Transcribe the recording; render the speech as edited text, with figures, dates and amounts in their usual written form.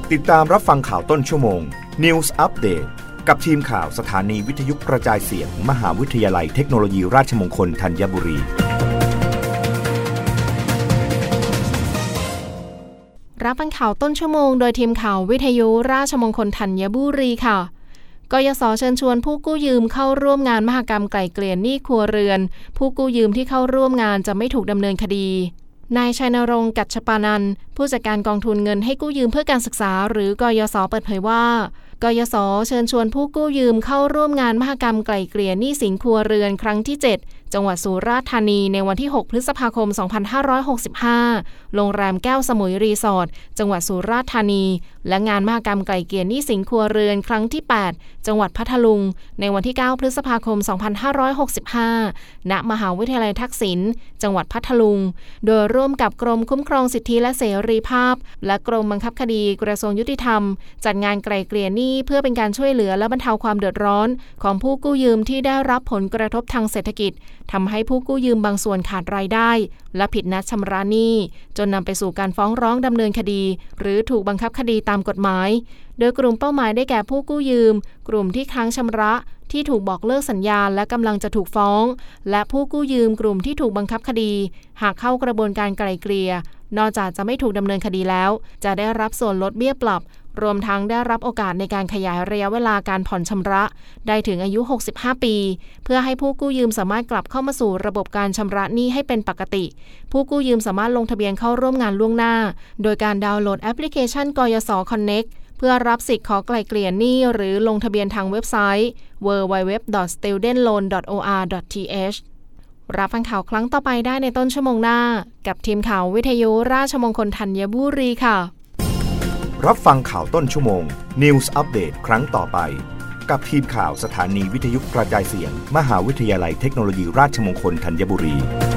ติดตามรับฟังข่าวต้นชั่วโมง News Update กับทีมข่าวสถานีวิทยุกระจายเสียง มหาวิทยาลัยเทคโนโลยีราชมงคลธัญบุรีรับฟังข่าวต้นชั่วโมงโดยทีมข่าววิทยุราชมงคลธัญบุรีค่ะกยศ.เชิญชวนผู้กู้ยืมเข้าร่วมงานมหกรรมไกล่เกลี่ยหนี้ครัวเรือนผู้กู้ยืมที่เข้าร่วมงานจะไม่ถูกดำเนินคดีนายชัยนรงค์ กัจฉปานันท์ผู้จัดการกองทุนเงินให้กู้ยืมเพื่อการศึกษาหรือกยศ.เปิดเผยว่ากยศ.เชิญชวนผู้กู้ยืมเข้าร่วมงานมหกรรมไกล่เกลี่ยหนี้สินครัวเรือนครั้งที่7จังหวัดสุราษฎร์ธานีในวันที่6พฤษภาคม2565โรงแรมแก้วสมุยรีสอร์ทจังหวัดสุราษฎร์ธานีและงานมหกรรมไกล่เกลี่ยหนี้สินครัวเรือนครั้งที่8จังหวัดพัทลุงในวันที่9พฤษภาคม2565ณมหาวิทยาลัยทักษิณจังหวัดพัทลุงโดยร่วมกับกรมคุ้มครองสิทธิและเสรีภาพและกรมบังคับคดีกระทรวงยุติธรรมจัดงานไกล่เกลี่ยหนี้เพื่อเป็นการช่วยเหลือและบรรเทาความเดือดร้อนของผู้กู้ยืมที่ได้รับผลกระทบทางเศรษฐกิจทำให้ผู้กู้ยืมบางส่วนขาดรายได้และผิดนัดชำระหนี้จนนำไปสู่การฟ้องร้องดำเนินคดีหรือถูกบังคับคดีตามกฎหมายโดยกลุ่มเป้าหมายได้แก่ผู้กู้ยืมกลุ่มที่ค้างชำระที่ถูกบอกเลิกสัญญาและกำลังจะถูกฟ้องและผู้กู้ยืมกลุ่มที่ถูกบังคับคดีหากเข้ากระบวนการไกล่เกลี่ยนอกจากจะไม่ถูกดำเนินคดีแล้วจะได้รับส่วนลดเบี้ยปรับรวมทั้งได้รับโอกาสในการขยายระยะเวลาการผ่อนชำระได้ถึงอายุ65ปีเพื่อให้ผู้กู้ยืมสามารถกลับเข้ามาสู่ระบบการชำระหนี้ให้เป็นปกติผู้กู้ยืมสามารถลงทะเบียนเข้าร่วมงานล่วงหน้าโดยการดาวน์โหลดแอปพลิเคชันกยศ. Connect เพื่อรับสิทธิ์ขอไกล่เกลี่ยหนี้หรือลงทะเบียนทางเว็บไซต์ www.studentloan.or.th รับฟังข่าวครั้งต่อไปได้ในต้นชั่วโมงหน้ากับทีมข่าววิทยุราชมงคลธัญบุรีค่ะรับฟังข่าวต้นชั่วโมง News Update ครั้งต่อไปกับทีมข่าวสถานีวิทยุกระจายเสียง มหาวิทยาลัยเทคโนโลยีราชมงคลธัญบุรี